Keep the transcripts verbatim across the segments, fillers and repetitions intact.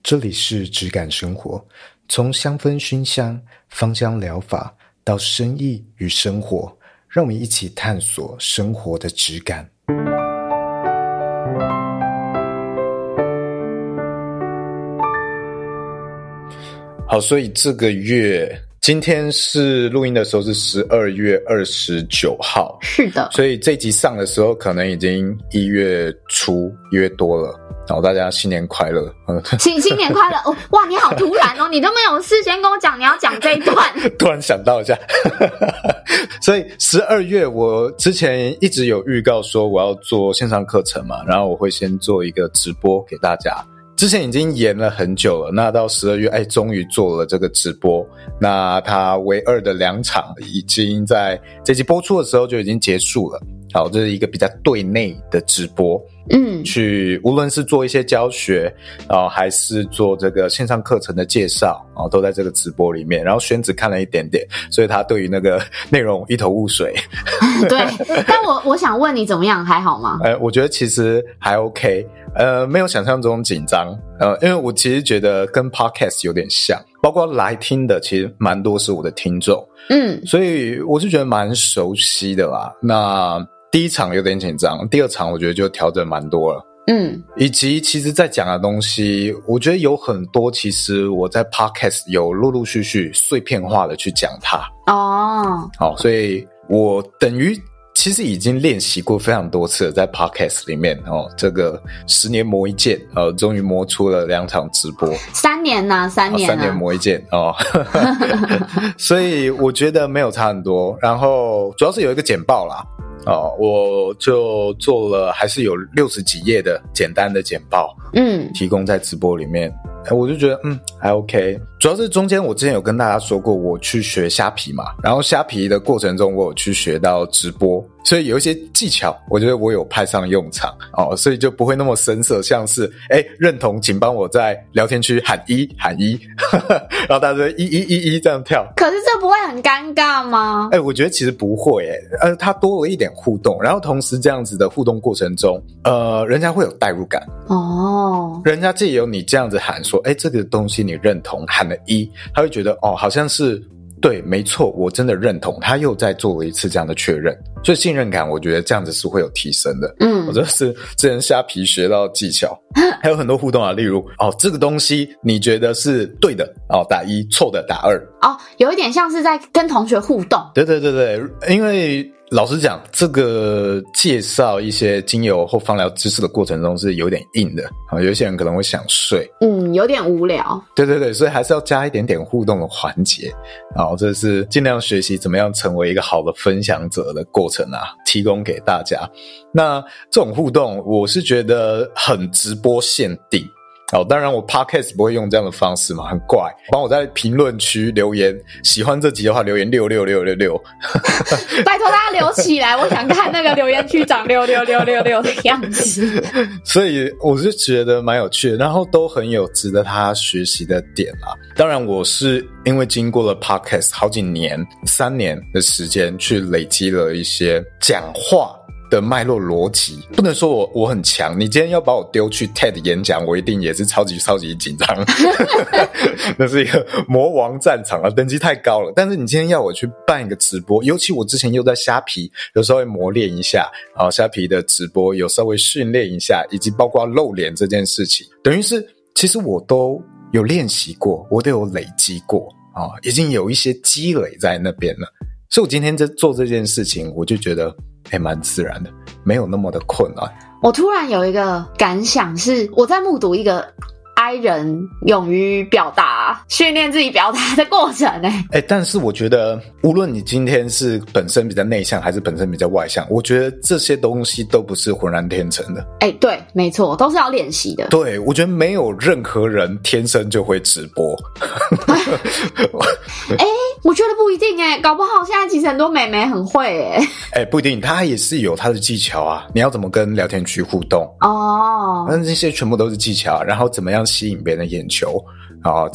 这里是质感生活，从香氛熏香、芳香疗法到生意与生活，让我们一起探索生活的质感。好，所以这个月今天是录音的时候是十二月二十九号， 是的， 所以这集上的时候可能已经一月初一月多了。然后大家新年快乐， 新新年快乐！哦，哇，你好突然哦，你都没有事先跟我讲你要讲这一段， 突然想到一下。所以十二月我之前一直有预告说我要做线上课程嘛，然后我会先做一个直播给大家。之前已经延了很久了，那到十二月，哎，终于做了这个直播。那它唯二的两场已经在这集播出的时候就已经结束了。好，这是一个比较对内的直播，嗯，去无论是做一些教学，然后还是做这个线上课程的介绍，然后都在这个直播里面。然后宣子看了一点点，所以他对于那个内容一头雾水。 对，但我我想问你怎么样，还好吗？ 呃，我觉得其实还 OK， 呃，没有想象中紧张，呃，因为我其实觉得跟 Podcast 有点像，包括来听的其实蛮多是我的听众，嗯，所以我就觉得蛮熟悉的啦。那第一场有点紧张，第二场我觉得就调整蛮多了，嗯，以及其实在讲的东西，我觉得有很多其实我在 Podcast 有陆陆续续碎片化的去讲它哦，好，所以我等于其实已经练习过非常多次了，在 Podcast 里面哦，这个十年磨一剑，呃，终于磨出了两场直播， 三年呐、啊，三年、啊， 三年磨一剑哦，所以我觉得没有差很多。然后主要是有一个简报啦，哦，我就做了，还是有六十几页的简单的简报，嗯，提供在直播里面。我就觉得嗯还 OK， 主要是中间我之前有跟大家说过我去学虾皮嘛，然后虾皮的过程中我有去学到直播，所以有一些技巧我觉得我有派上用场哦，所以就不会那么生涩，像是诶认同请帮我在聊天区喊一喊一然后大家就一一一一这样跳。 可是这不会很尴尬吗？ 诶我觉得其实不会诶呃它多了一点互动，然后同时这样子的互动过程中呃人家会有代入感哦，人家藉由你这样子喊说诶这个东西你认同，喊了一，他会觉得哦好像是对没错我真的认同，他又再做了一次这样的确认，所以信任感我觉得这样子是会有提升的。嗯，我这是之前虾皮学到的技巧，还有很多互动啊，例如哦这个东西你觉得是对的哦打一，错的打二。 哦，有一点像是在跟同学互动。 对对对对，因为老实讲这个介绍一些精油或芳疗知识的过程中是有点硬的，有一些人可能会想睡， 嗯，有点无聊。 对对对，所以还是要加一点点互动的环节，好，这是尽量学习怎么样成为一个好的分享者的过程啊，提供给大家。那这种互动我是觉得很直播限定，好，当然我 Podcast 不会用这样的方式嘛，很怪。帮我在评论区留言，喜欢这集的话留言六六六六六， 拜托大家留起来，我想看那个留言区长六六六六六的样子。 所以我就觉得蛮有趣的，然后都很有值得他学习的点啦。当然我是因为经过了 Podcast 好几年，三年的时间去累积了一些讲话的脉络逻辑，不能说我我很强，你今天要把我丢去 TED 演讲，我一定也是超级超级紧张那是一个魔王战场啊，等级太高了。但是你今天要我去办一个直播，尤其我之前又在虾皮有稍微磨练一下啊，虾皮的直播有稍微训练一下，以及包括露脸这件事情，等于是其实我都有练习过，我都有累积过啊，已经有一些积累在那边了。所以我今天在做这件事情，我就觉得还蛮自然的，没有那么的困难。 我突然有一个感想是，我在目睹一个 I 人勇于表达、训练自己表达的过程欸。 欸，但是我觉得无论你今天是本身比较内向还是本身比较外向，我觉得这些东西都不是浑然天成的。 欸，对，没错，都是要练习的。 对，我觉得没有任何人天生就会直播。 欸，我觉得不一定欸，搞不好现在其实很多美眉很会欸。 欸，不一定，她也是有她的技巧啊。你要怎么跟聊天区互动哦，那这些全部都是技巧，然后怎么样吸引别人的眼球啊，怎么样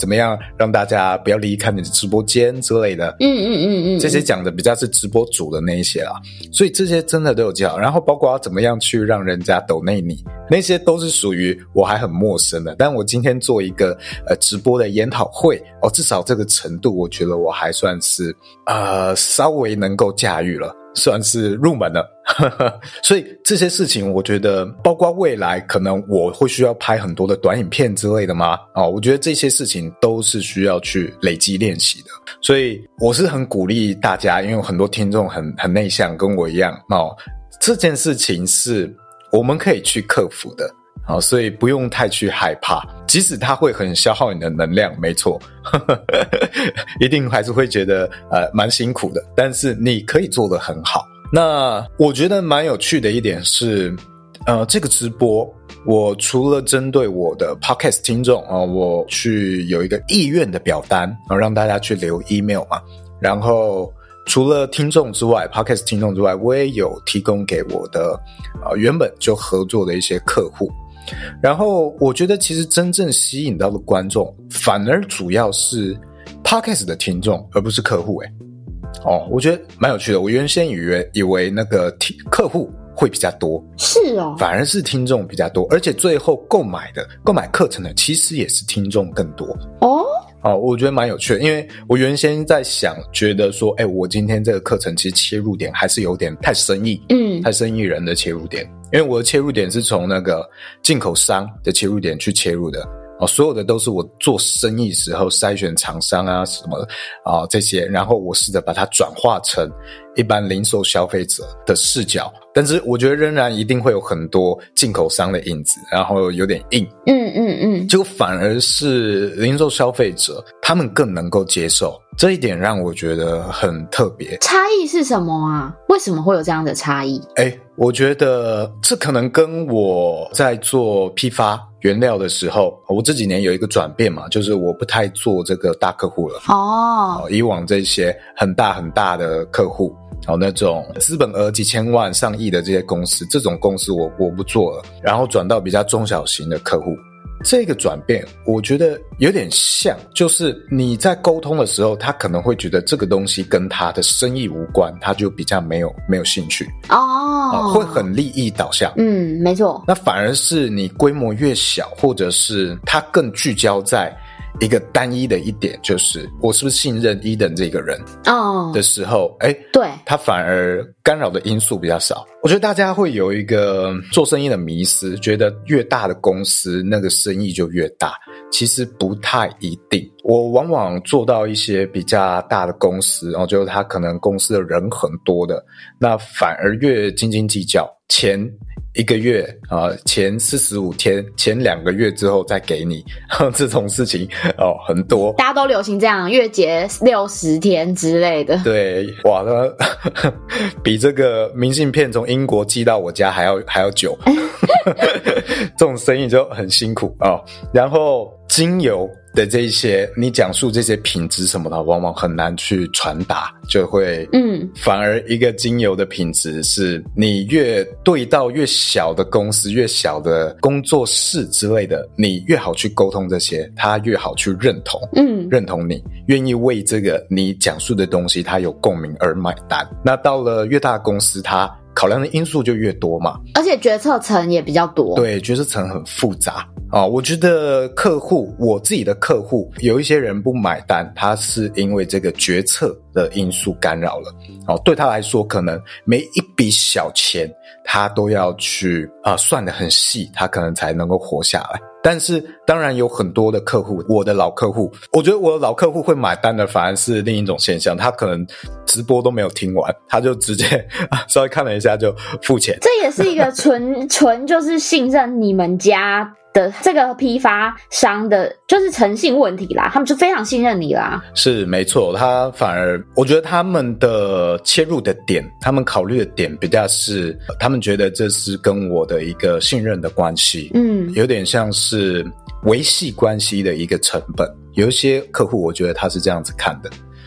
让大家不要离开你的直播间之类的。 嗯嗯嗯嗯， 这些讲的比较是直播主的那一些啦，所以这些真的都有教。然后包括要怎么样去让人家抖内你，那些都是属于我还很陌生的。但我今天做一个呃直播的研讨会哦，至少这个程度，我觉得我还算是呃稍微能够驾驭了。算是入门了所以这些事情我觉得包括未来可能我会需要拍很多的短影片之类的吗？哦，我觉得这些事情都是需要去累积练习的。所以我是很鼓励大家，因为有很多听众很很内向跟我一样哦，这件事情是我们可以去克服的。好，所以不用太去害怕，即使它会很消耗你的能量，没错一定还是会觉得呃蛮辛苦的，但是你可以做得很好。那我觉得蛮有趣的一点是呃这个直播我除了针对我的 podcast 听众啊、呃，我去有一个意愿的表单，然后让大家去留 email 嘛，然后除了听众之外 podcast 听众之外，我也有提供给我的呃原本就合作的一些客户。然后我觉得其实真正吸引到的观众反而主要是 podcast 的听众而不是客户。诶哦，我觉得蛮有趣的。我原先以为以为那个客户会比较多， 是哦， 反而是听众比较多，而且最后购买的购买课程的其实也是听众更多哦。 哦，我觉得蛮有趣的，因为我原先在想，觉得说，哎，我今天这个课程其实切入点还是有点太生意，嗯，太生意人的切入点，因为我的切入点是从那个进口商的切入点去切入的。哦，所有的都是我做生意时候筛选厂商啊什么啊这些，然后我试着把它转化成一般零售消费者的视角，但是我觉得仍然一定会有很多进口商的影子，然后有点硬， 嗯嗯嗯， 结果反而是零售消费者他们更能够接受，这一点让我觉得很特别。 差异是什么啊？为什么会有这样的差异？ 诶，我觉得这可能跟我在做批发原料的时候，我这几年有一个转变嘛，就是我不太做这个大客户了。哦，以往这些很大很大的客户，好那种资本额几千万、上亿的这些公司，这种公司我我不做了，然后转到比较中小型的客户。这个转变我觉得有点像，就是你在沟通的时候，他可能会觉得这个东西跟他的生意无关，他就比较没有没有兴趣哦、呃，会很利益导向。嗯， 没错。 那反而是你规模越小，或者是他更聚焦在一个单一的一点，就是我是不是信任伊登这个人哦的时候，哎，对，他反而干扰的因素比较少。我觉得大家会有一个做生意的迷思，觉得越大的公司那个生意就越大，其实不太一定。我往往做到一些比较大的公司，然后就是他可能公司的人很多的，那反而越斤斤计较，钱一个月啊、呃，前四十五天，前两个月之后再给你，这种事情哦很多， 大家都流行这样，月结六十天之类的。 对，哇，那比这个明信片从英国寄到我家还要还要久，这种生意就很辛苦啊、哦。然后精油的这一些，你讲述这些品质什么的，往往很难去传达，就会，嗯，反而一个精油的品质是你越对到越小的公司、越小的工作室之类的，你越好去沟通这些，他越好去认同，嗯，认同你，愿意为这个你讲述的东西他有共鸣而买单。那到了越大的公司，他考量的因素就越多嘛， 而且决策层也比较多。 对，决策层很复杂啊、哦。我觉得客户，我自己的客户，有一些人不买单，他是因为这个决策的因素干扰了。哦，对他来说，可能每一笔小钱他都要去啊、呃、算得很细，他可能才能够活下来。但是当然有很多的客户，我的老客户，我觉得我的老客户会买单的反而是另一种现象，他可能直播都没有听完，他就直接、啊、稍微看了一下就付钱。 这也是一个纯纯就是信任你们家的这个批发商的就是诚信问题啦，他们就非常信任你啦。 是没错，他反而我觉得他们的切入的点，他们考虑的点比较是他们觉得这是跟我的一个信任的关系，嗯，有点像是维系关系的一个成本。有一些客户我觉得他是这样子看的，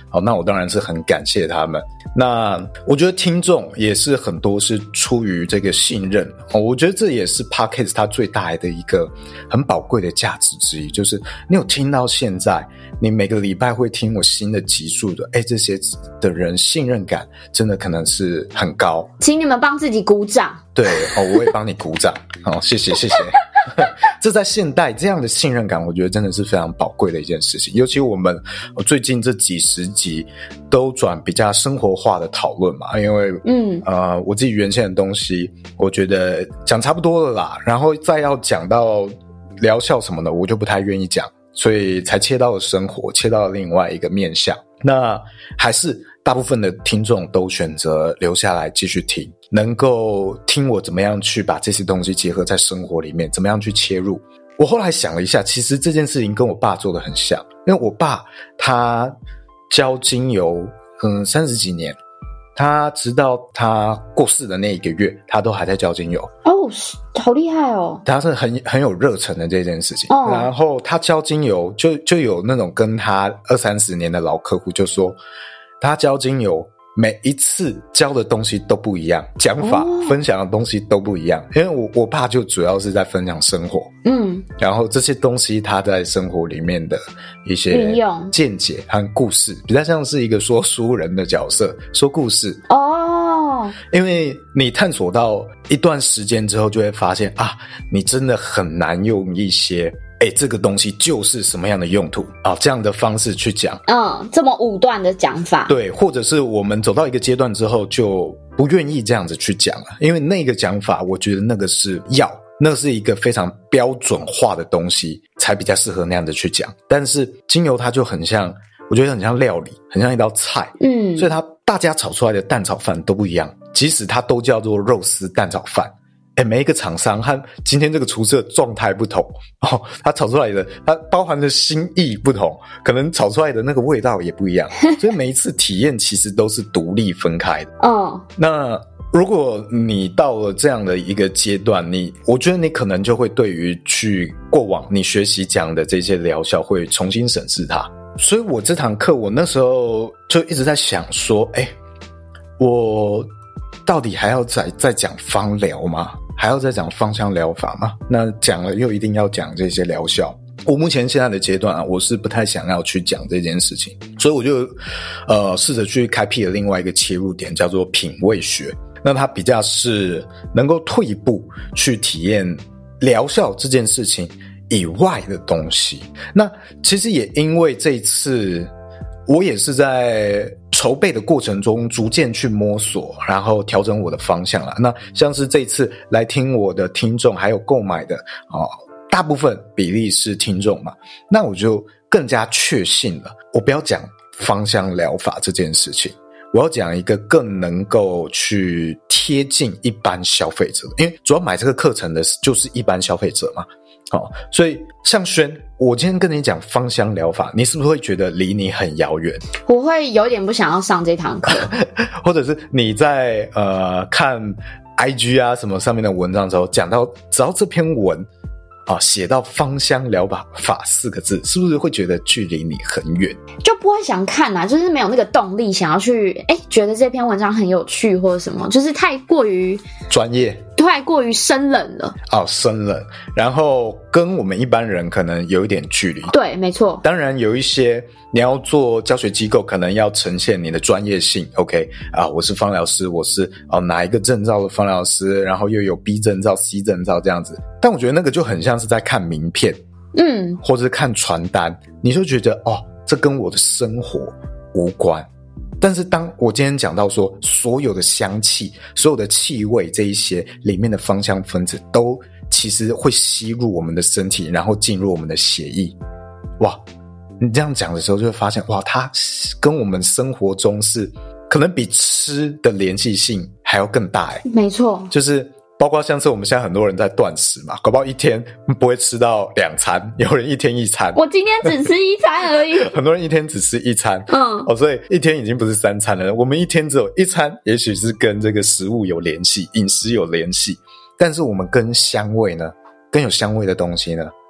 好，那我当然是很感谢他们。那我觉得听众也是很多是出于这个信任，我觉得这也是 Podcast 它最大的一个很宝贵的价值之一，就是你有听到现在，你每个礼拜会听我新的集数的，诶，这些的人信任感真的可能是很高， 请你们帮自己鼓掌。 对哦，我会帮你鼓掌哦，谢谢谢谢。这在现代这样的信任感，我觉得真的是非常宝贵的一件事情。尤其我们最近这几十集都转比较生活化的讨论嘛，因为嗯呃我自己原先的东西，我觉得讲差不多了啦，然后再要讲到疗效什么的，我就不太愿意讲，所以才切到了生活，切到了另外一个面向。那还是大部分的听众都选择留下来继续听，能够听我怎么样去把这些东西结合在生活里面，怎么样去切入。我后来想了一下，其实这件事情跟我爸做的很像，因为我爸他教精油嗯三十几年，他直到他过世的那一个月，他都还在教精油。 哦，好厉害哦！ 他是很很有热忱的这件事情。哦，然后他教精油，就就有那种跟他二三十年的老客户就说，他教精油每一次教的东西都不一样，讲法、哦、分享的东西都不一样。因为我我爸就主要是在分享生活，嗯，然后这些东西他在生活里面的一些见解和故事，比较像是一个说书人的角色，说故事哦。因为你探索到一段时间之后，就会发现啊，你真的很难用一些诶，这个东西就是什么样的用途啊，这样的方式去讲， 嗯，这么武断的讲法， 对，或者是我们走到一个阶段之后就不愿意这样子去讲了，因为那个讲法，我觉得那个是药，那是一个非常标准化的东西，才比较适合那样子去讲。但是精油它就很像，我觉得很像料理，很像一道菜，嗯，所以它大家炒出来的蛋炒饭都不一样，即使它都叫做肉丝蛋炒饭。诶，每一个厂商和今天这个厨师的状态不同哦，他炒出来的，他包含的心意不同，可能炒出来的那个味道也不一样，所以每一次体验其实都是独立分开的。哦，那如果你到了这样的一个阶段，你我觉得你可能就会对于去过往你学习讲的这些疗效会重新审视它。所以我这堂课我那时候就一直在想说，诶，我到底还要再再讲芳疗吗？还要再讲芳香疗法吗？那讲了又一定要讲这些疗效。我目前现在的阶段啊，我是不太想要去讲这件事情，所以我就呃试着去开辟了另外一个切入点，叫做品味学。那它比较是能够退一步去体验疗效这件事情以外的东西。那其实也因为这一次我也是在筹备的过程中逐渐去摸索，然后调整我的方向啦。那像是这一次来听我的听众还有购买的哦，大部分比例是听众嘛，那我就更加确信了，我不要讲芳香疗法这件事情，我要讲一个更能够去贴近一般消费者，因为主要买这个课程的就是一般消费者嘛。好，所以像轩，我今天跟你讲芳香疗法，你是不是会觉得离你很遥远？ 我会有点不想要上这堂课。 或者是你在呃看 I G 啊什么上面的文章之后，讲到只要这篇文啊写到芳香疗法法四个字，是不是会觉得距离你很远？ 就不会想看啊，就是没有那个动力想要去诶觉得这篇文章很有趣或者什么，就是太过于专业， 太过于生冷了。 哦，生冷，然后跟我们一般人可能有一点距离。 对，没错。 当然有一些你要做教学机构，可能要呈现你的专业性。OK 啊，我是芳疗师，我是哦哪一个证照的芳疗师，然后又有 B 证照、C 证照这样子。但我觉得那个就很像是在看名片，嗯，或者是看传单，你就觉得哦，这跟我的生活无关。但是当我今天讲到说所有的香气，所有的气味，这一些里面的芳香分子都其实会吸入我们的身体，然后进入我们的血液。哇，你这样讲的时候就会发现，哇，它跟我们生活中是可能比吃的联系性还要更大。诶， 没错， 就是包括像是我们现在很多人在断食嘛，搞不好一天不会吃到两餐，有人一天一餐。 我今天只吃一餐而已。 很多人一天只吃一餐，嗯，哦，所以一天已经不是三餐了。我们一天只有一餐，也许是跟这个食物有联系，饮食有联系，但是我们跟香味呢，跟有香味的东西呢，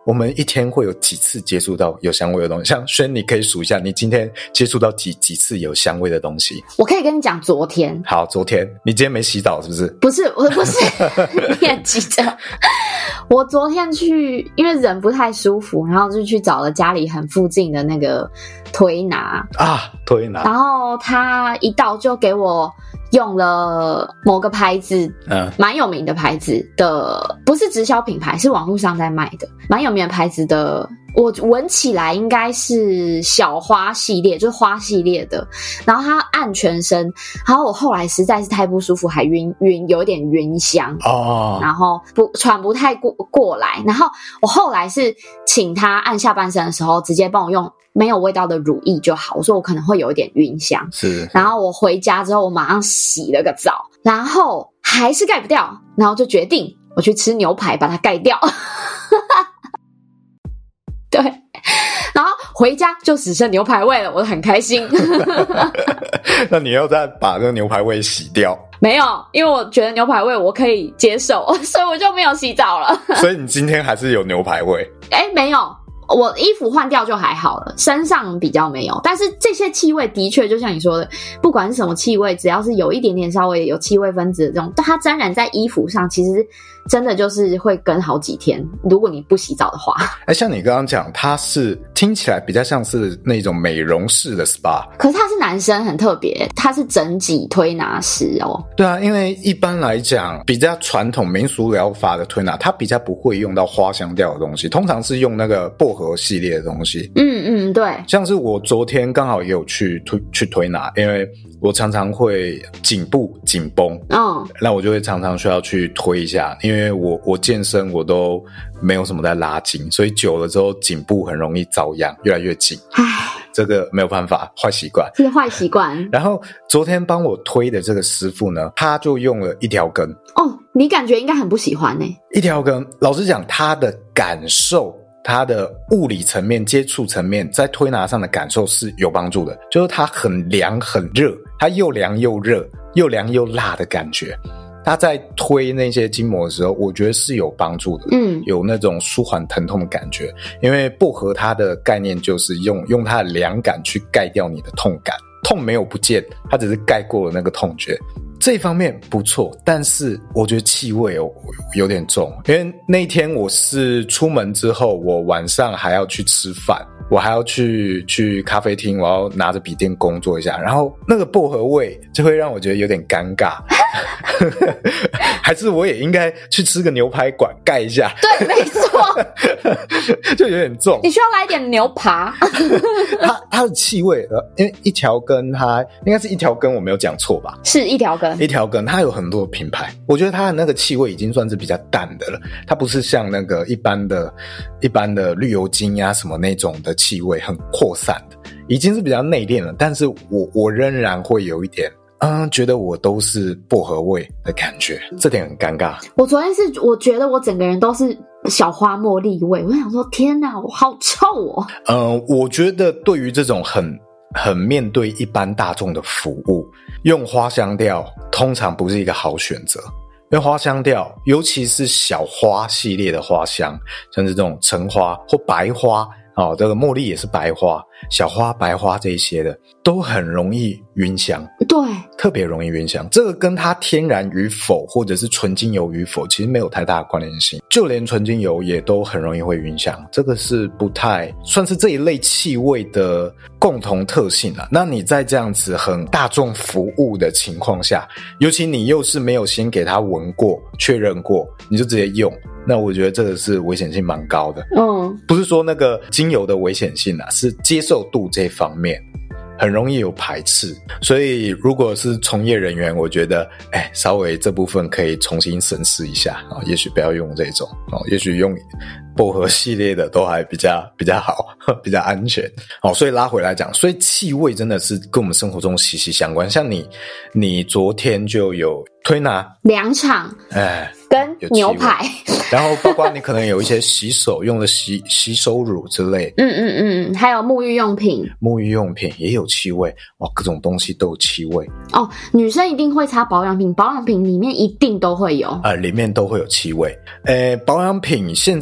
我们一天会有几次接触到有香味的东西？像轩，你可以数一下，你今天接触到几几次有香味的东西？ 我可以跟你讲，昨天。 好，昨天你今天没洗澡是不是？ 不是，我不是，你很急着。我昨天去，因为人不太舒服，然后就去找了家里很附近的那个推拿啊，推拿。 然后他一到就给我用了某个牌子，嗯，蛮有名的牌子的，不是直销品牌，是网络上在卖的，蛮有名的牌子的。我闻起来应该是小花系列，就是花系列的。然后它按全身，然后我后来实在是太不舒服，还晕晕，有一点晕香哦，然后不喘不太过过来。然后我后来是请他按下半身的时候，直接帮我用没有味道的乳液就好。我说我可能会有一点晕香， 是。 然后我回家之后，我马上洗了个澡，然后还是盖不掉，然后就决定我去吃牛排把它盖掉。对，然后回家就只剩牛排味了，我很开心。 那你要再把这个牛排味洗掉？ 没有，因为我觉得牛排味我可以接受，所以我就没有洗澡了。 所以你今天还是有牛排味？ 诶，没有，我衣服换掉就还好了，身上比较没有。但是这些气味的确就像你说的，不管是什么气味，只要是有一点点稍微有气味分子的这种，但它沾染在衣服上，其实真的就是会跟好几天，如果你不洗澡的话。 哎，像你刚刚讲，它是听起来比较像是那种美容式的 S P A， 可是他是男生，很特别，他是整脊推拿师哦。 对啊，因为一般来讲，比较传统民俗疗法的推拿，它比较不会用到花香调的东西，通常是用那个薄荷系列的东西。 嗯嗯，对。 像是我昨天刚好也有去推去推拿，因为我常常会颈部紧绷，嗯，那我就会常常需要去推一下，因为我我健身我都没有什么在拉筋，所以久了之后颈部很容易遭殃，越来越紧。唉，这个没有办法，坏习惯， 是坏习惯。 然后昨天帮我推的这个师傅呢，他就用了一条根。 哦，你感觉应该很不喜欢欸。 一条根，老实讲，他的感受。它的物理层面、接触层面，在推拿上的感受是有帮助的，就是它很凉很热，它又凉又热，又凉又辣的感觉。它在推那些筋膜的时候，我觉得是有帮助的，嗯，有那种舒缓疼痛的感觉。因为薄荷它的概念就是用用它的凉感去盖掉你的痛感，痛没有不见，它只是盖过了那个痛觉。这一方面不错，但是我觉得气味哦有点重，因为那天我是出门之后，我晚上还要去吃饭，我还要去去咖啡厅，我要拿着笔电工作一下，然后那个薄荷味就会让我觉得有点尴尬。还是我也应该去吃个牛排馆盖一下。 对，没错。 就有点重。 你需要来点牛扒。 它它的气味，因为一条根它应该是一条根，我没有讲错吧？ 是一条根。 一条根，它有很多品牌，我觉得它的那个气味已经算是比较淡的了，它不是像那个一般的一般的绿油精啊什么那种的气味很扩散的，已经是比较内敛了，但是我我仍然会有一点嗯，觉得我都是薄荷味的感觉，这点很尴尬。 我昨天是我觉得我整个人都是小花茉莉味，我想说天哪，我好臭哦。 嗯，我觉得对于这种很很面对一般大众的服务，用花香调通常不是一个好选择。因为花香调，尤其是小花系列的花香，像是这种橙花或白花哦，这个茉莉也是白花，小花、白花这一些的，都很容易晕香。 对， 特别容易晕香。这个跟它天然与否，或者是纯精油与否，其实没有太大的关联性。就连纯精油也都很容易会晕香，这个是不太算是这一类气味的共同特性啊。那你在这样子很大众服务的情况下，尤其你又是没有先给他闻过、确认过，你就直接用。那我觉得这个是危险性蛮高的。嗯，不是说那个精油的危险性啊，是接受度这方面很容易有排斥。所以如果是从业人员，我觉得哎，稍微这部分可以重新审视一下啊，也许不要用这种哦，也许用薄荷系列的都还比较比较好，比较安全。好，所以拉回来讲，所以气味真的是跟我们生活中息息相关。像你你昨天就有推拿两场， 哎， 跟牛排， 然后包括你可能有一些洗手用的洗洗手乳之类， 嗯嗯嗯，还有沐浴用品， 沐浴用品也有气味，哇，各种东西都有气味。 哦，女生一定会擦保养品，保养品里面一定都会有， 呃，里面都会有气味。呃，保养品现在越来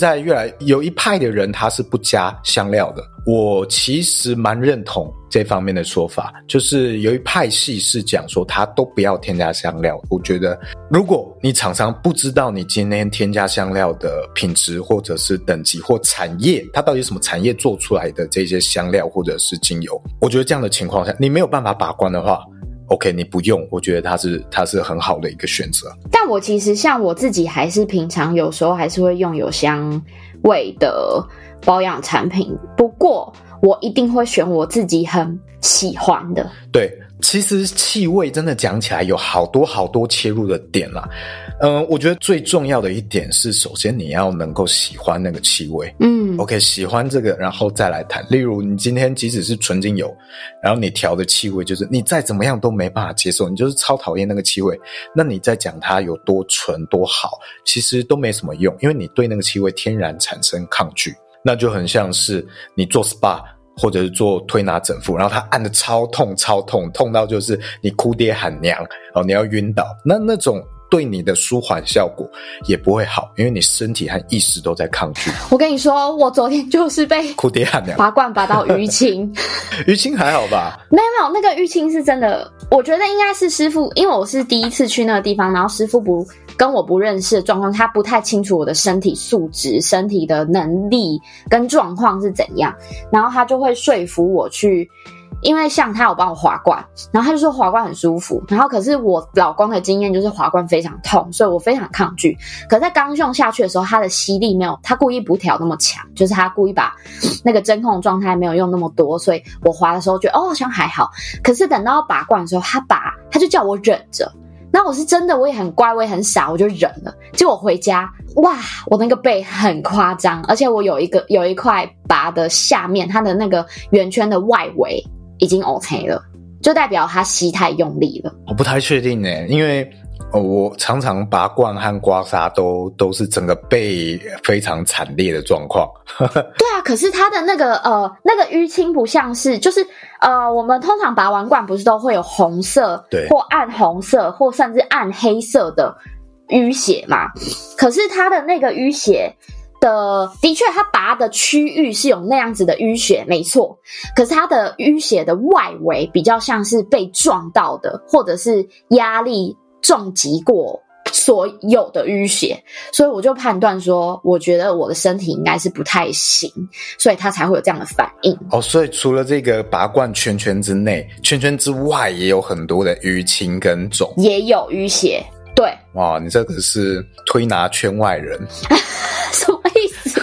有一派的人他是不加香料的，我其实蛮认同这方面的说法，就是有一派系是讲说他都不要添加香料。我觉得如果你厂商不知道你今天添加香料的品质或者是等级或产业，它到底是什么产业做出来的这些香料或者是精油，我觉得这样的情况下你没有办法把关的话OK， 你不用，我觉得它是它是很好的一个选择。 但我其实像我自己还是平常有时候还是会用有香味的保养产品，不过我一定会选我自己很喜欢的。 对，其实气味真的讲起来有好多好多切入的点啦。嗯，我觉得最重要的一点是，首先你要能够喜欢那个气味。嗯 ，OK， 喜欢这个，然后再来谈。例如，你今天即使是纯精油，然后你调的气味就是你再怎么样都没办法接受，你就是超讨厌那个气味，那你再讲它有多纯多好，其实都没什么用，因为你对那个气味天然产生抗拒。那就很像是你做 S P A。或者是做推拿整复，然后他按得超痛超痛，痛到就是你哭爹喊娘哦，你要晕倒，那那种对你的舒缓效果也不会好，因为你身体和意识都在抗拒。 我跟你说，我昨天就是被哭爹喊娘拔罐拔到淤青。 淤青还好吧？ 没有没有，那个淤青是真的，我觉得应该是师傅，因为我是第一次去那个地方，然后师傅不跟我不认识的状况，他不太清楚我的身体素质、身体的能力跟状况是怎样，然后他就会说服我去。因为像他有帮我滑罐，然后他就说滑罐很舒服，然后可是我老公的经验就是滑罐非常痛，所以我非常抗拒。可是在刚用下去的时候，他的吸力没有，他故意不调那么强，就是他故意把那个真空状态没有用那么多，所以我滑的时候觉得哦好像还好。可是等到拔罐的时候，他拔他就叫我忍着，那我是真的我也很乖，我也很傻，我就忍了。结果回家，哇，我那个背很夸张，而且我有一个有一块拔的下面，它的那个圆圈的外围。已经 OK 了，就代表他吸太用力了。 我不太确定耶，因为、哦、我常常拔罐和刮痧都都是整个背非常惨烈的状况。 对啊，可是他的那个呃那个淤青不像是，就是呃我们通常拔完罐不是都会有红色，对，或暗红色，或甚至暗黑色的淤血嘛？可是他的那个淤血。的的确，它拔的区域是有那样子的淤血，没错。可是它的淤血的外围比较像是被撞到的，或者是压力重击过所有的淤血，所以我就判断说，我觉得我的身体应该是不太行，所以它才会有这样的反应。 哦，所以除了这个拔罐圈圈之内，圈圈之外也有很多的淤青跟肿， 也有淤血。对， 哇，你这个是推拿圈外人。 什么意思？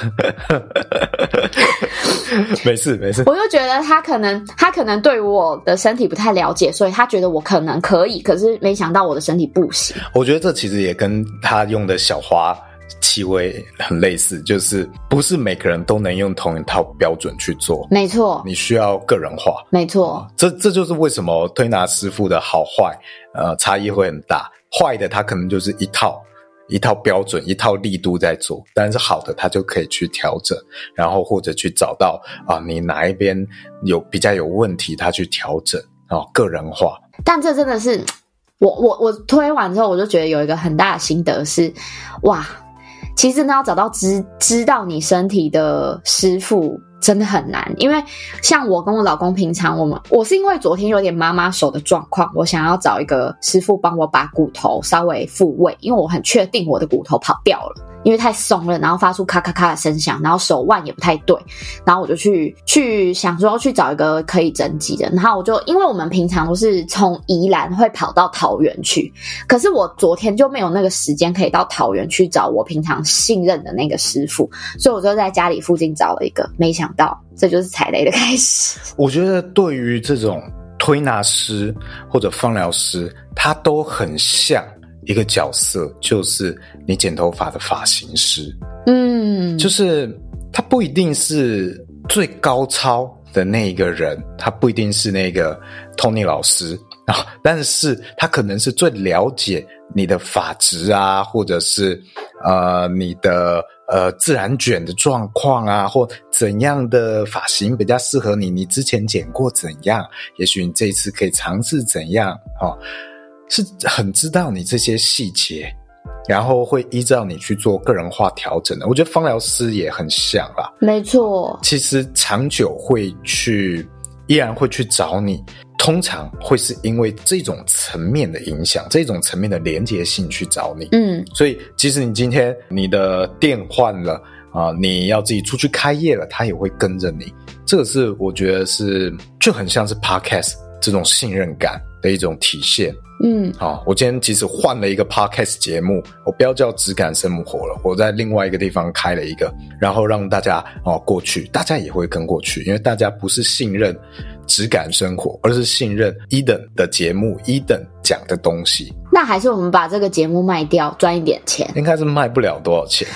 没事没事， 我就觉得他可能他可能对我的身体不太了解，所以他觉得我可能可以，可是没想到我的身体不行。 我觉得这其实也跟他用的小花气味很类似，就是不是每个人都能用同一套标准去做。 没错， 你需要个人化。 没错， 这这就是为什么推拿师傅的好坏呃差异会很大。坏的他可能就是一套一套标准一套力度在做，但是好的他就可以去调整，然后或者去找到啊、呃、你哪一边有比较有问题他去调整啊、哦、个人化。 但这真的是我我我推完之后我就觉得有一个很大的心得是，哇，其实呢要找到知知道你身体的师傅真的很难。因为像我跟我老公平常我们我是因为昨天有点妈妈手的状况，我想要找一个师傅帮我把骨头稍微复位，因为我很确定我的骨头跑掉了，因为太松了，然后发出咔咔咔的声响，然后手腕也不太对，然后我就去去想说去找一个可以整脊的，然后我就因为我们平常都是从宜兰会跑到桃园去，可是我昨天就没有那个时间可以到桃园去找我平常信任的那个师傅，所以我就在家里附近找了一个，没想到这就是踩雷的开始。 我觉得对于这种推拿师或者放疗师，他都很像一个角色，就是你剪头发的发型师。嗯，就是他不一定是最高超的那一个人，他不一定是那个 Tony 老师啊，但是他可能是最了解你的发质啊，或者是呃你的呃自然卷的状况啊，或怎样的发型比较适合你，你之前剪过怎样，也许你这一次可以尝试怎样哦，是很知道你这些细节然后会依照你去做个人化调整的。我觉得芳疗师也很像啦， 没错， 其实长久会去依然会去找你，通常会是因为这种层面的影响，这种层面的连结性去找你。嗯，所以即使你今天你的店换了啊，你要自己出去开业了，他也会跟着你。这个是我觉得是就很像是 podcast 这种信任感的一种体现。嗯，好，我今天即使换了一个 podcast 节目，我不要叫质感生活了，我在另外一个地方开了一个，然后让大家哦过去，大家也会跟过去，因为大家不是信任质感生活，而是信任 Eden 的节目 Eden 讲的东西。 那还是我们把这个节目卖掉赚一点钱？ 应该是卖不了多少钱。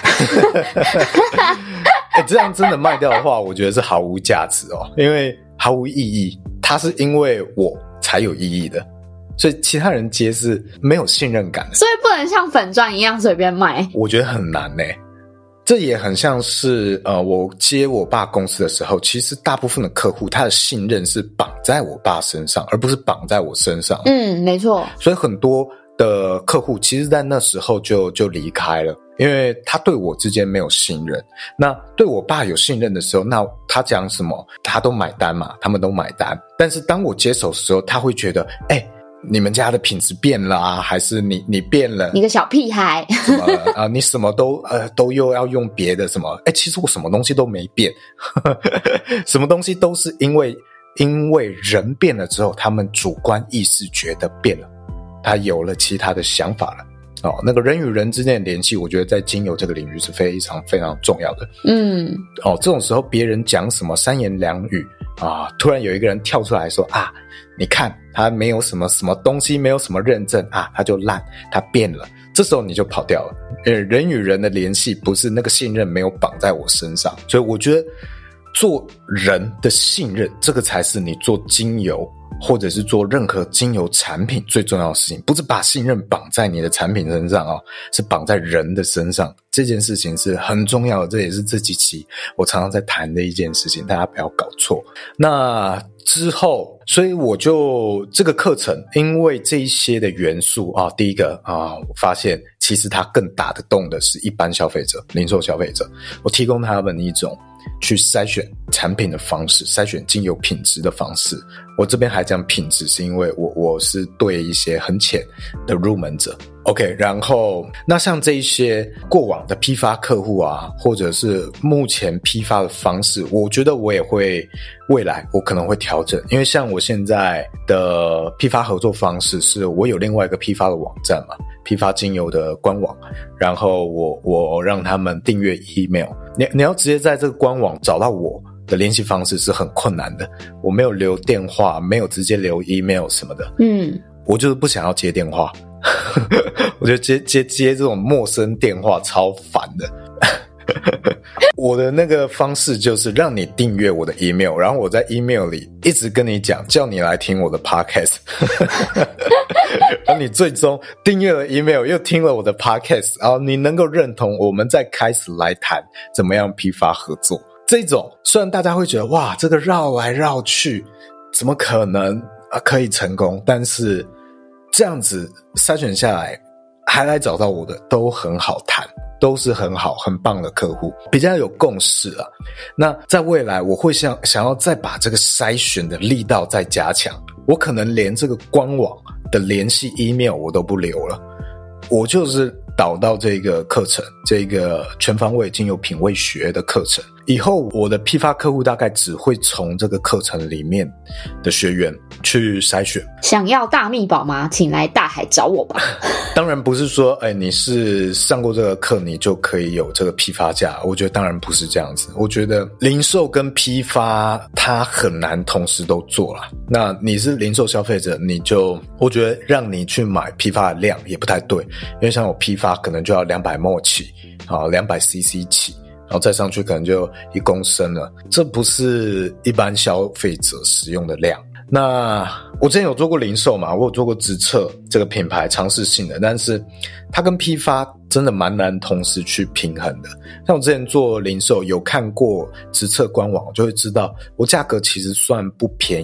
欸，这样真的卖掉的话，我觉得是毫无价值哦，因为毫无意义。它是因为我才有意义的，所以其他人接是没有信任感的， 所以不能像粉专一样随便卖。 我觉得很难欸。这也很像是呃，我接我爸公司的时候，其实大部分的客户他的信任是绑在我爸身上，而不是绑在我身上。 嗯，没错。 所以很多的客户其实在那时候就就离开了，因为他对我之间没有信任。那对我爸有信任的时候，那他讲什么他都买单嘛，他们都买单。但是当我接手的时候，他会觉得哎，你们家的品质变了啊，还是你你变了？ 你个小屁孩！ 什么啊、呃？你什么都呃都又要用别的什么？哎，其实我什么东西都没变，什么东西都是因为因为人变了之后，他们主观意识觉得变了，他有了其他的想法了。哦，那个人与人之间的联系，我觉得在精油这个领域是非常非常重要的。嗯，哦，这种时候别人讲什么三言两语啊，突然有一个人跳出来说啊，你看他没有什么什么东西，没有什么认证啊，他就烂，他变了。这时候你就跑掉了。呃，人与人的联系不是那个信任没有绑在我身上，所以我觉得做人的信任，这个才是你做精油或者是做任何精油产品最重要的事情，不是把信任绑在你的产品身上哦，是绑在人的身上。这件事情是很重要的，这也是这几期我常常在谈的一件事情，大家不要搞错。那之后，所以我就这个课程，因为这一些的元素啊，第一个啊，我发现其实它更打得动的是一般消费者、零售消费者，我提供他们一种去筛选产品的方式，筛选精油品质的方式。我这边还讲品质，是因为我我是对一些很浅的入门者。OK， 然后那像这一些过往的批发客户啊，或者是目前批发的方式，我觉得我也会未来我可能会调整，因为像我现在的批发合作方式是我有另外一个批发的网站嘛，批发精油的官网，然后我我让他们订阅 email， 你你要直接在这个官网找到我的联系方式是很困难的，我没有留电话，没有直接留 email 什么的，嗯，我就是不想要接电话，我觉得接接接这种陌生电话超烦的。我的那个方式就是让你订阅我的 email， 然后我在 email 里一直跟你讲，叫你来听我的 podcast。 然后你最终订阅了 email 又听了我的 podcast， 然后你能够认同，我们再开始来谈怎么样批发合作。这种虽然大家会觉得哇，这个绕来绕去怎么可能、啊、可以成功，但是这样子筛选下来还来找到我的都很好谈，都是很好很棒的客户，比较有共识啊。那在未来我会想想要再把这个筛选的力道再加强，我可能连这个官网的联系 email 我都不留了，我就是导到这个课程，这个全方位精油品味学的课程。以后我的批发客户大概只会从这个课程里面的学员去筛选。 想要大秘宝吗？请来大海找我吧。 当然不是说哎，你是上过这个课你就可以有这个批发价，我觉得当然不是这样子。我觉得零售跟批发它很难同时都做啦。那你是零售消费者，你就我觉得让你去买批发的量也不太对，因为像我批发可能就要两百 ml 起啊 ，两百 C C 起，然后再上去可能就一公升了，这不是一般消费者使用的量。那我之前有做过零售嘛，我有做过直测这个品牌尝试性的，但是它跟批发真的蛮难同时去平衡的。像我之前做零售有看过直测官网，就会知道我价格其实算不便宜，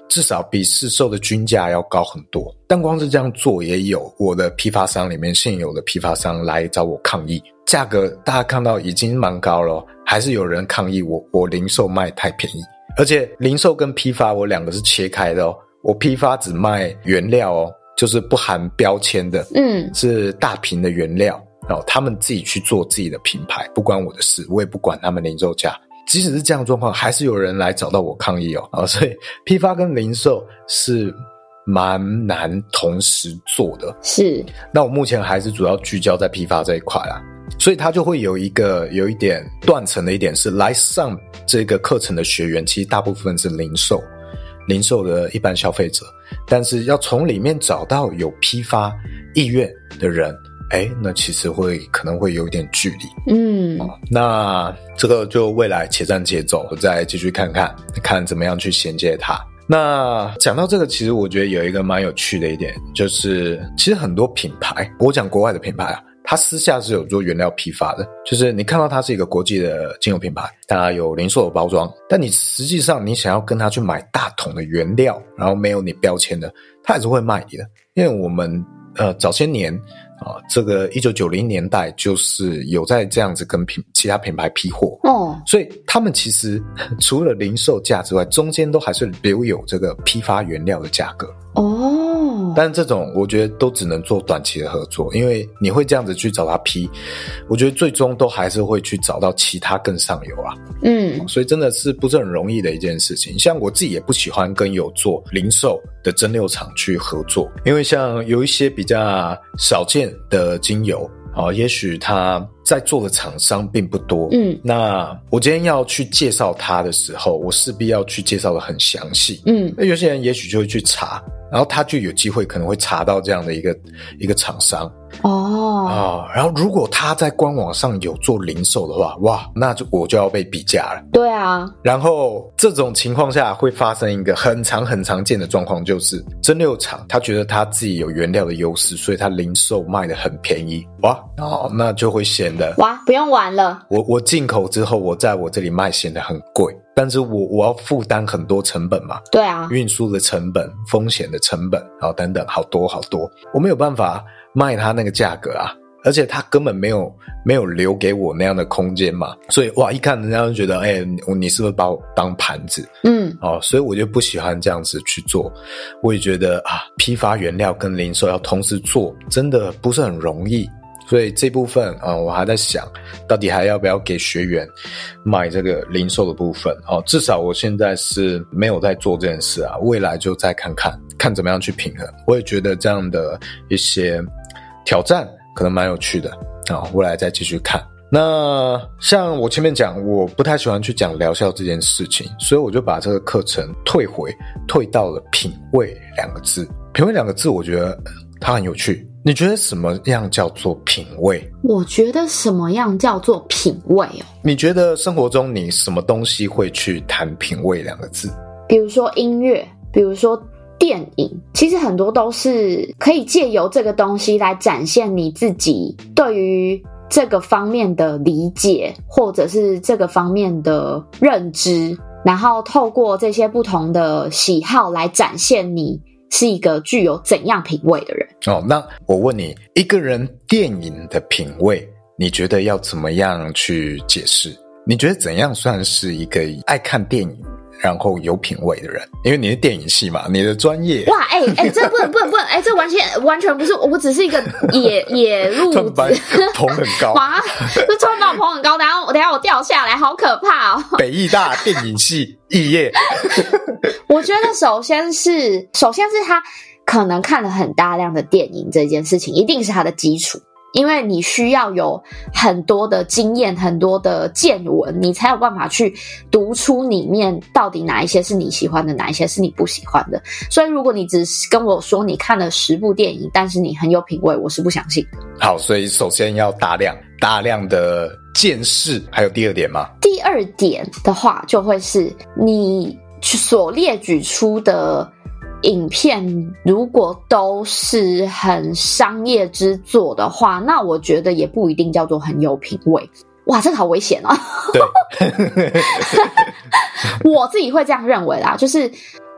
至少比市售的均价要高很多。但光是这样做，也有我的批发商里面现有的批发商来找我抗议，价格大家看到已经蛮高了，还是有人抗议我我零售卖太便宜。而且零售跟批发我两个是切开的哦，我批发只卖原料哦，就是不含标签的，嗯，是大瓶的原料，然后他们自己去做自己的品牌，不关我的事，我也不管他们零售价。即使是这样的状况，还是有人来找到我抗议哦，啊，所以批发跟零售是蛮难同时做的。是，那我目前还是主要聚焦在批发这一块啦，所以它就会有一个有一点断层的一点是，来上这个课程的学员其实大部分是零售零售的一般消费者，但是要从里面找到有批发意愿的人，诶，那其实会可能会有一点距离。嗯、哦，那这个就未来且战且走，我再继续看看看怎么样去衔接它。那讲到这个，其实我觉得有一个蛮有趣的一点，就是其实很多品牌，我讲国外的品牌啊，它私下是有做原料批发的，就是你看到它是一个国际的精油品牌，它有零售的包装，但你实际上你想要跟它去买大桶的原料，然后没有你标签的，它还是会卖你的。因为我们呃早些年啊，这个一九九零年代就是有在这样子跟品其他品牌批货哦，所以他们其实除了零售价之外，中间都还是留有这个批发原料的价格哦。但这种我觉得都只能做短期的合作，因为你会这样子去找他批，我觉得最终都还是会去找到其他更上游啊。嗯，所以真的是不是很容易的一件事情。像我自己也不喜欢跟有做零售的蒸馏厂去合作，因为像有一些比较少见的精油啊，也许他在做的厂商并不多，嗯，那我今天要去介绍他的时候，我势必要去介绍的很详细，嗯，那有些人也许就会去查，然后他就有机会可能会查到这样的一个一个厂商哦啊，然后如果他在官网上有做零售的话，哇，那就我就要被比价了。对啊，然后这种情况下会发生一个很常很常见的状况，就是蒸馏厂他觉得他自己有原料的优势，所以他零售卖的很便宜，哇，哦，那就会显得哇不用玩了。我我进口之后，我在我这里卖显得很贵。但是我我要负担很多成本嘛，对啊，运输的成本、风险的成本，然后等等，好多好多，我没有办法卖他那个价格啊，而且他根本没有没有留给我那样的空间嘛，所以哇，一看人家就觉得，哎、欸，你是不是把我当盘子？嗯，哦，所以我就不喜欢这样子去做。我也觉得啊，批发原料跟零售要同时做，真的不是很容易。所以这部分啊、呃，我还在想，到底还要不要给学员买这个零售的部分哦？至少我现在是没有在做这件事啊，未来就再看看，看怎么样去平衡。我也觉得这样的一些挑战可能蛮有趣的啊、哦，未来再继续看。那像我前面讲，我不太喜欢去讲疗效这件事情，所以我就把这个课程退回，退到了品味两个字。品味两个字，我觉得它很有趣。你觉得什么样叫做品味？我觉得什么样叫做品味哦？你觉得生活中你什么东西会去谈品味两个字？比如说音乐，比如说电影，其实很多都是可以借由这个东西来展现你自己对于这个方面的理解，或者是这个方面的认知，然后透过这些不同的喜好来展现你是一个具有怎样品味的人。哦，那我问你，一个人电影的品味，你觉得要怎么样去解释？你觉得怎样算是一个爱看电影然后有品味的人？因为你是电影系嘛，你的专业。哇，哎、欸、哎、欸，这不能不能不能，哎、欸，这完全完全不是，我只是一个野野路子，捧很高，哇，这突然把我捧很高，等一下我等一下我掉下来，好可怕哦！北艺大电影系肄业，我觉得首先是首先是他可能看了很大量的电影，这件事情一定是他的基础。因为你需要有很多的经验，很多的见闻，你才有办法去读出里面到底哪一些是你喜欢的，哪一些是你不喜欢的。所以如果你只是跟我说你看了十部电影，但是你很有品味，我是不相信的。好，所以首先要大量大量的见识。还有第二点吗？第二点的话就会是你所列举出的影片如果都是很商业之作的话，那我觉得也不一定叫做很有品味。哇，这个好危险哦。对。我自己会这样认为啦，就是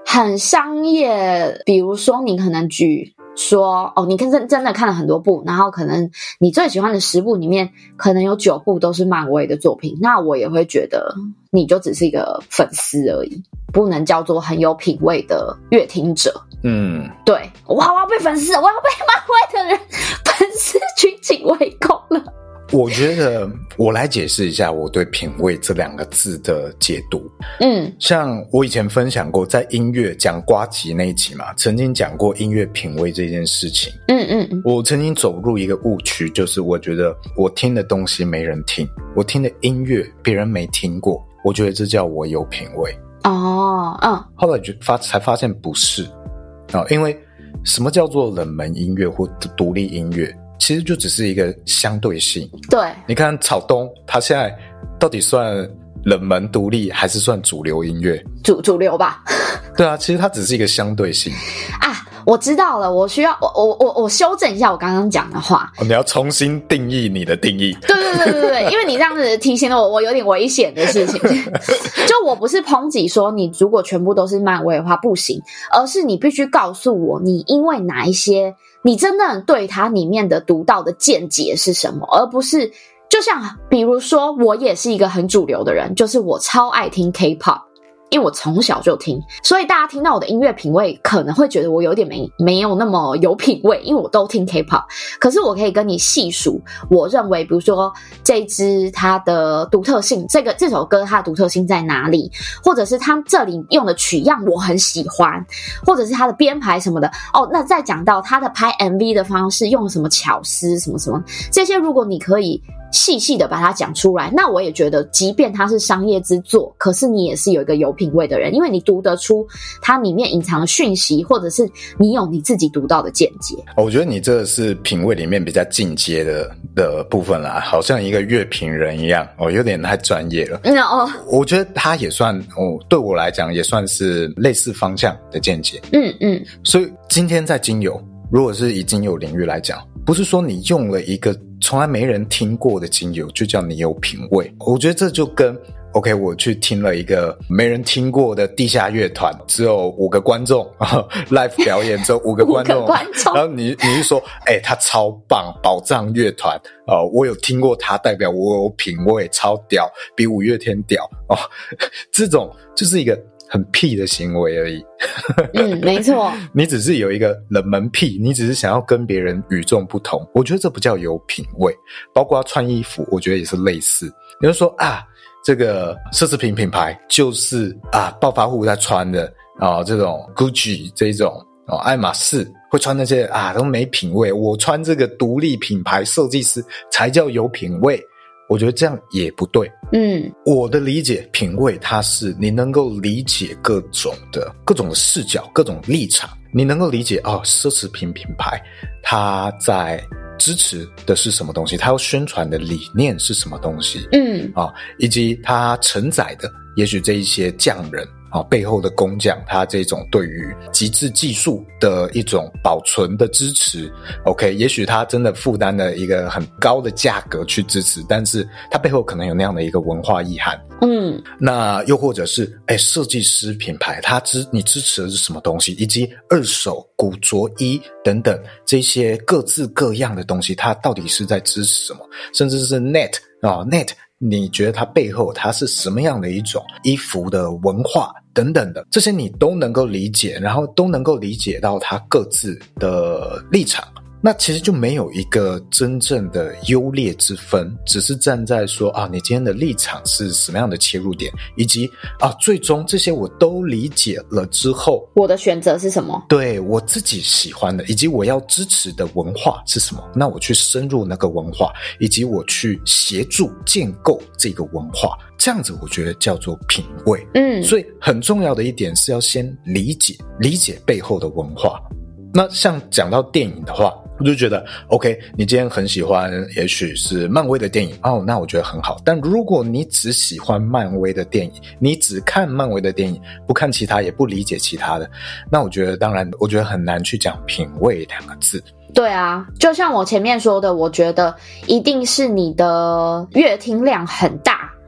很商业，比如说你可能举说哦，你看真真的看了很多部，然后可能你最喜欢的十部里面，可能有九部都是漫威的作品，那我也会觉得你就只是一个粉丝而已，不能叫做很有品味的乐听者。嗯，对，哇，我要被粉丝，我要被漫威的人粉丝群起围攻了。 我觉得我来解释一下我对品味这两个字的解读。嗯，像我以前分享过，在音乐讲呱吉那一集嘛，曾经讲过音乐品味这件事情。嗯嗯，我曾经走入一个误区，就是我觉得我听的东西没人听，我听的音乐别人没听过，我觉得这叫我有品味。哦，嗯，后来就发才发现不是啊，因为什么叫做冷门音乐或独立音乐？其实就只是一个相对性。对，你看草东，他现在到底算冷门独立还是算主流音乐？ 主主流吧。 对啊，其实它只是一个相对性啊。我知道了，我需要我我我我修正一下我刚刚讲的话。 哦，你要重新定义你的定义。 对对对对对，因为你这样子提醒了我，我有点危险的事情。就我不是抨击说你如果全部都是漫威的话不行，而是你必须告诉我你因为哪一些。你真的对它里面的独到的见解是什么，而不是就像比如说我也是一个很主流的人，就是我超爱听 K-pop， 因为我从小就听，所以大家听到我的音乐品味可能会觉得我有点没没有那么有品味，因为我都听 K-pop。 可是我可以跟你细数我认为比如说这一支它的独特性，这个这首歌它的独特性在哪里，或者是它这里用的取样我很喜欢，或者是它的编排什么的。哦，那再讲到它的拍 M V 的方式用什么巧思什么什么，这些如果你可以细细的把它讲出来，那我也觉得即便它是商业之作，可是你也是有一个有品味的人，因为你读得出它里面隐藏的讯息，或者是你有你自己独到的见解。 我觉得你这是品味里面比较进阶的的部分啦，好像一个乐评人一样，哦，有点太专业了。嗯哦，我觉得它也算哦，对我来讲也算是类似方向的见解。嗯嗯，所以今天在精油，如果是以精油领域来讲，不是说你用了一个从来没人听过的精油就叫你有品味。我觉得这就跟 OK 我去听了一个没人听过的地下乐团，只有五个观众live 表演只有五个观众, 五个观众然后你你是说哎，他超棒，宝藏乐团哦，我有听过他，代表我有品味，超屌，比五月天屌哦，这种就是一个很屁的行为而已。 嗯，没错。 你只是有一个冷门癖，你只是想要跟别人与众不同，我觉得这不叫有品味。包括穿衣服，我觉得也是类似。你就说啊，这个奢侈品品牌就是啊，暴发户在穿的啊，这种 Gucci 这种啊，爱马仕会穿那些啊，都没品味。我穿这个独立品牌设计师才叫有品味。我觉得这样也不对。嗯，我的理解品味它是你能够理解各种的各种的视角，各种立场，你能够理解哦，奢侈品品牌它在支持的是什么东西，它要宣传的理念是什么东西。嗯，啊，以及它承载的也许这一些匠人啊，背后的工匠，他这种对于极致技术的一种保存的支持 ，OK， 也许他真的负担了一个很高的价格去支持，但是他背后可能有那样的一个文化意涵。嗯，那又或者是哎，设计师品牌，他支你支持的是什么东西，以及二手古着衣等等这些各自各样的东西，他到底是在支持什么，甚至是 net 啊 net。你觉得它背后它是什么样的一种衣服的文化等等的，这些你都能够理解，然后都能够理解到它各自的立场，那其实就没有一个真正的优劣之分，只是站在说啊，你今天的立场是什么样的切入点，以及啊，最终这些我都理解了之后， 我的选择是什么？ 对，我自己喜欢的，以及我要支持的文化是什么？那我去深入那个文化，以及我去协助建构这个文化，这样子我觉得叫做品味。嗯，所以很重要的一点是要先理解理解背后的文化。那像讲到电影的话，我就觉得 OK， 你今天很喜欢也许是漫威的电影哦，那我觉得很好。但如果你只喜欢漫威的电影，你只看漫威的电影，不看其他，也不理解其他的，那我觉得当然我觉得很难去讲品味两个字。 对啊，就像我前面说的，我觉得一定是你的阅听量很大，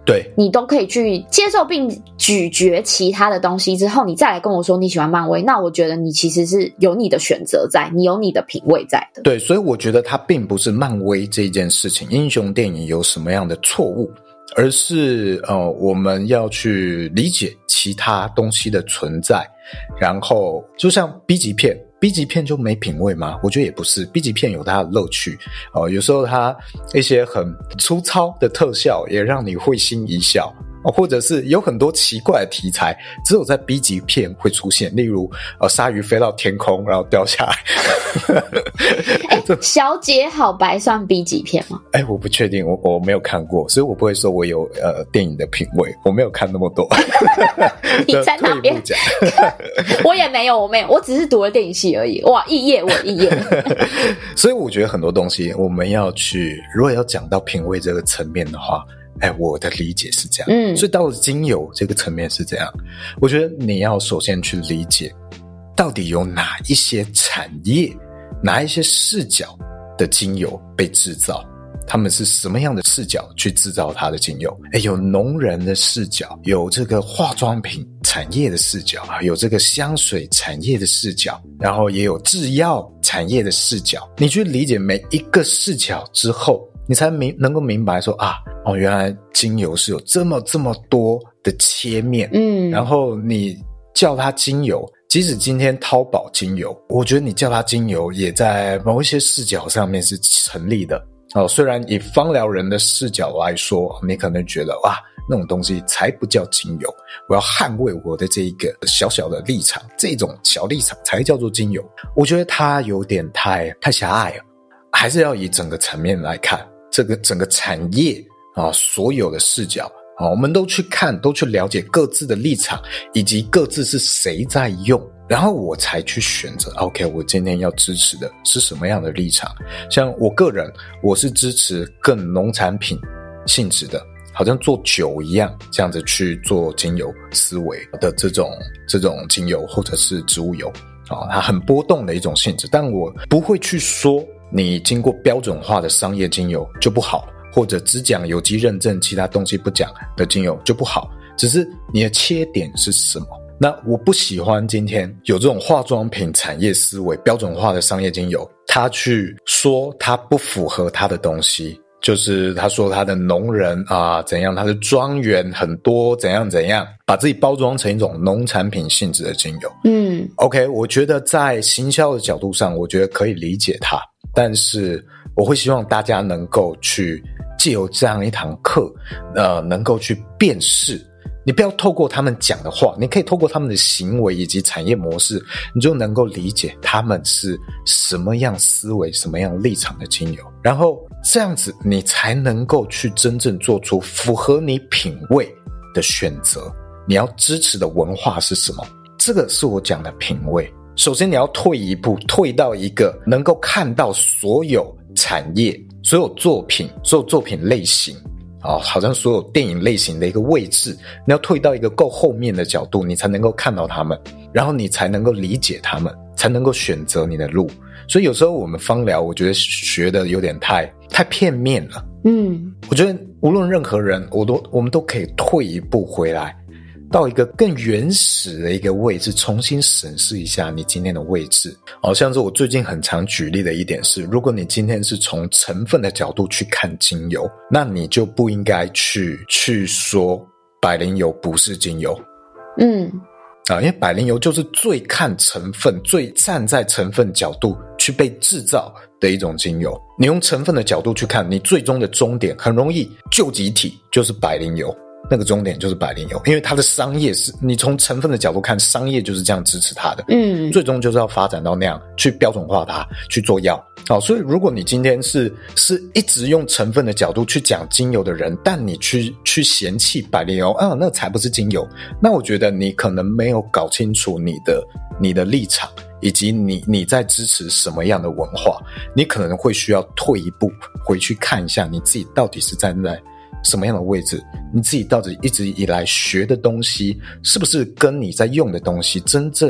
对， 你都可以去接受并咀嚼其他的东西之后，你再来跟我说你喜欢漫威，那我觉得你其实是有你的选择在，你有你的品味在的。 对，所以我觉得它并不是漫威这一件事情，英雄电影有什么样的错误，而是呃，我们要去理解其他东西的存在。然后就像 B 级片 B 级片就没品味吗？我觉得也不是， B 级片有它的乐趣哦、呃，有时候它一些很粗糙的特效也让你会心一笑，或者是有很多奇怪的题材只有在 B 级片会出现，例如呃，鲨鱼飞到天空然后掉下来欸、小姐好白算 B 级片吗？ 哎、欸，我不确定，我我没有看过，所以我不会说我有呃电影的品味，我没有看那么多你在那边我也没有我没有我只是读了电影系而已。哇，肄业我肄业所以我觉得很多东西我们要去，如果要讲到品味这个层面的话，哎，我的理解是这样，嗯，所以到了精油这个层面是这样，我觉得你要首先去理解到底有哪一些产业哪一些视角的精油被制造，他们是什么样的视角去制造它的精油。诶，有农人的视角，有这个化妆品产业的视角，有这个香水产业的视角，然后也有制药产业的视角。你去理解每一个视角之后，你才明能够明白说啊，哦，原来精油是有这么这么多的切面，嗯，然后你叫它精油，即使今天淘宝精油，我觉得你叫它精油也在某一些视角上面是成立的哦。虽然以芳疗人的视角来说，你可能觉得哇，那种东西才不叫精油，我要捍卫我的这一个小小的立场，这种小立场才叫做精油。我觉得它有点太太狭隘了，还是要以整个层面来看这个整个产业啊，所有的视角啊，我们都去看，都去了解各自的立场，以及各自是谁在用，然后我才去选择 OK 我今天要支持的是什么样的立场。像我个人，我是支持更农产品性质的，好像做酒一样，这样子去做精油思维的这种这种精油或者是植物油啊，它很波动的一种性质。但我不会去说你经过标准化的商业精油就不好，或者只讲有机认证其他东西不讲的精油就不好，只是你的切点是什么。那我不喜欢今天有这种化妆品产业思维标准化的商业精油，他去说他不符合他的东西，就是他说他的农人啊怎样，他的庄园很多怎样怎样，把自己包装成一种农产品性质的精油。嗯 OK， 我觉得在行销的角度上我觉得可以理解它，但是我会希望大家能够去藉由这样一堂课呃，能够去辨识，你不要透过他们讲的话，你可以透过他们的行为以及产业模式，你就能够理解他们是什么样思维什么样立场的精油，然后这样子你才能够去真正做出符合你品味的选择。你要支持的文化是什么，这个是我讲的品味。首先你要退一步，退到一个能够看到所有产业所有作品所有作品类型哦，好像所有电影类型的一个位置，你要退到一个够后面的角度，你才能够看到他们，然后你才能够理解他们，才能够选择你的路。所以有时候我们芳疗我觉得学的有点太太片面了。嗯，我觉得无论任何人，我都我们都可以退一步回来，到一个更原始的一个位置，重新审视一下你今天的位置。好像是我最近很常举例的一点是，如果你今天是从成分的角度去看精油，那你就不应该去去说百灵油不是精油。嗯啊，因为百灵油就是最看成分，最站在成分角度去被制造的一种精油。你用成分的角度去看，你最终的终点很容易就集体就是百灵油，那个终点就是百灵油，因为它的商业是你从成分的角度看，商业就是这样支持它的，嗯，最终就是要发展到那样去标准化它，去做药。好，所以如果你今天是是一直用成分的角度去讲精油的人，但你去去嫌弃百灵油啊，那才不是精油，那我觉得你可能没有搞清楚你的你的立场，以及你你在支持什么样的文化，你可能会需要退一步回去看一下你自己到底是站在什么样的位置，你自己到底一直以来学的东西是不是跟你在用的东西真正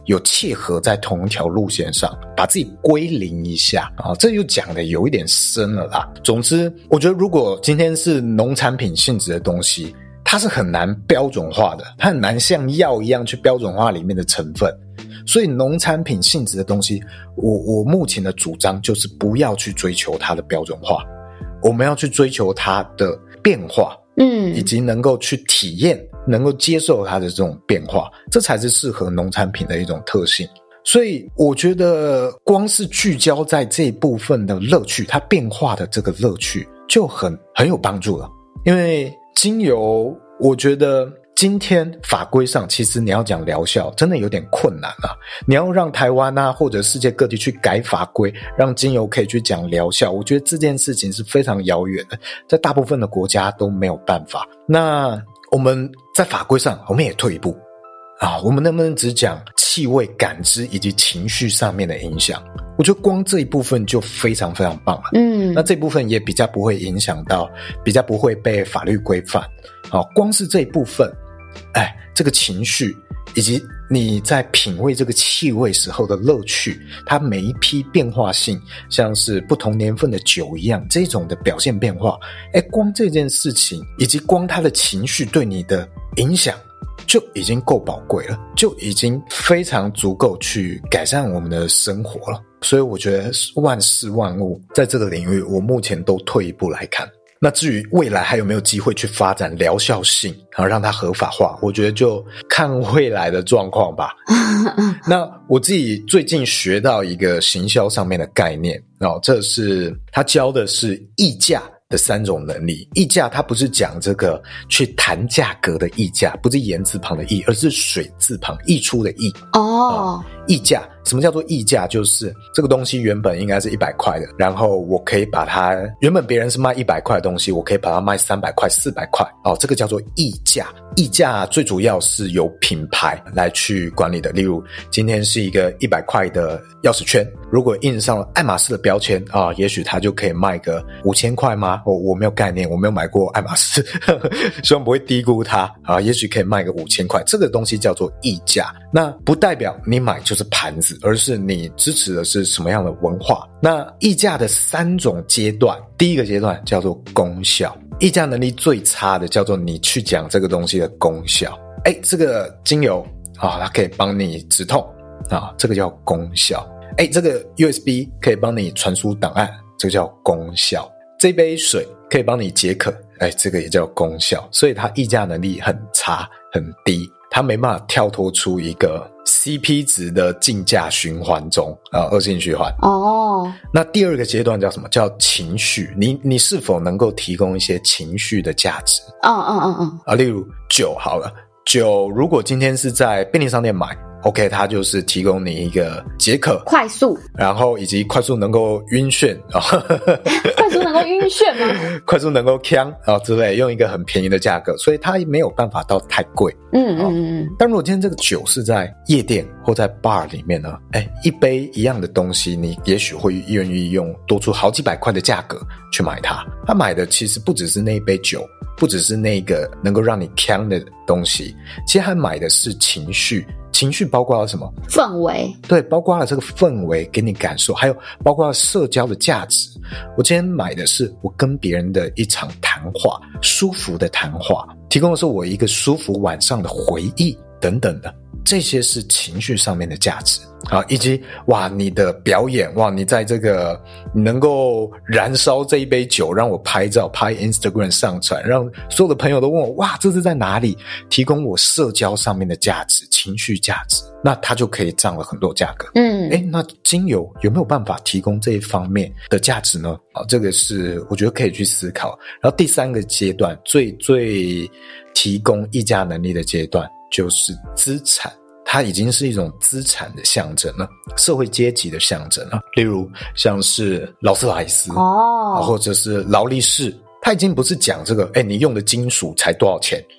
有切合在同一条路线上，把自己归零一下啊，这又讲的有一点深了啦。总之我觉得如果今天是农产品性质的东西，它是很难标准化的，它很难像药一样去标准化里面的成分，所以农产品性质的东西，我我目前的主张就是不要去追求它的标准化，我们要去追求它的变化，嗯，以及能够去体验，能够接受它的这种变化，这才是适合农产品的一种特性。所以我觉得光是聚焦在这一部分的乐趣，它变化的这个乐趣就很很有帮助了。因为精油我觉得今天法规上其实你要讲疗效真的有点困难啊，你要让台湾啊或者世界各地去改法规让精油可以去讲疗效，我觉得这件事情是非常遥远的，在大部分的国家都没有办法。那我们在法规上我们也退一步啊，我们能不能只讲气味感知以及情绪上面的影响，我觉得光这一部分就非常非常棒了。嗯，那这部分也比较不会影响到，比较不会被法律规范。好，光是这一部分，哎，这个情绪以及你在品味这个气味时候的乐趣，它每一批变化性，像是不同年份的酒一样，这种的表现变化，哎，光这件事情以及光它的情绪对你的影响就已经够宝贵了，就已经非常足够去改善我们的生活了。所以我觉得万事万物在这个领域我目前都退一步来看。那至于未来还有没有机会去发展疗效性，然后让它合法化，我觉得就看未来的状况吧。那我自己最近学到一个行销上面的概念，哦，这是他教的是议价的三种能力。议价它不是讲这个去谈价格的议价，不是言字旁的议，而是水字旁溢出的溢。哦，议价，什么叫做议价？就是这个东西原本应该是一百块的，然后我可以把它，原本别人是卖一百块的东西，我可以把它卖三百块、四百块。哦，这个叫做议价。议价最主要是由品牌来去管理的，例如今天是一个一百块的钥匙圈，如果印上了爱马仕的标签啊，也许它就可以卖个五千块吗？我我没有概念，我没有买过爱马仕，希望不会低估它啊，也许可以卖个五千块。这个东西叫做议价，那不代表你买就是盘子，而是你支持的是什么样的文化。那议价的三种阶段，第一个阶段叫做功效。议价能力最差的叫做你去讲这个东西的功效。诶，这个精油啊，它可以帮你止痛啊，这个叫功效。诶，这个 U S B 可以帮你传输档案，这个叫功效。这杯水可以帮你解渴，诶，这个也叫功效。所以它议价能力很差很低，它没办法跳脱出一个 C P 值的竞价循环中啊，恶性循环。哦，那第二个阶段叫什么？叫情绪。你你是否能够提供一些情绪的价值？嗯嗯嗯嗯。啊，例如酒好了，酒如果今天是在便利商店买 ，OK， 它就是提供你一个解渴、 快速， 然后以及快速能够晕眩啊， 快速能够晕眩吗？ 快速能够呛啊之类，用一个很便宜的价格，所以它没有办法到太贵。嗯嗯嗯。但如果今天这个酒是在夜店或在 bar 里面呢，哎，一杯一样的东西，你也许会愿意用多出好几百块的价格去买它。他买的其实不只是那一杯酒，不只是那个能够让你呛的东西，其实他买的是情绪。情绪包括了什么？ 氛围。对， 包括了这个氛围给你感受，还有包括了社交的价值。我今天买的是我跟别人的一场谈话，舒服的谈话，提供的是我一个舒服晚上的回忆等等的，这些是情绪上面的价值啊，以及哇你的表演，哇你在这个你能够燃烧这一杯酒，让我拍照拍 Instagram 上传，让所有的朋友都问我哇这是在哪里，提供我社交上面的价值，情绪价值，那它就可以涨了很多价格。嗯，诶，那精油有没有办法提供这一方面的价值呢？好，这个是我觉得可以去思考。然后第三个阶段，最最提供议价能力的阶段就是资产，它已经是一种资产的象征了，社会阶级的象征了。例如像是劳斯莱斯哦，或者是劳力士，它已经不是讲这个，诶，你用的金属才多少钱，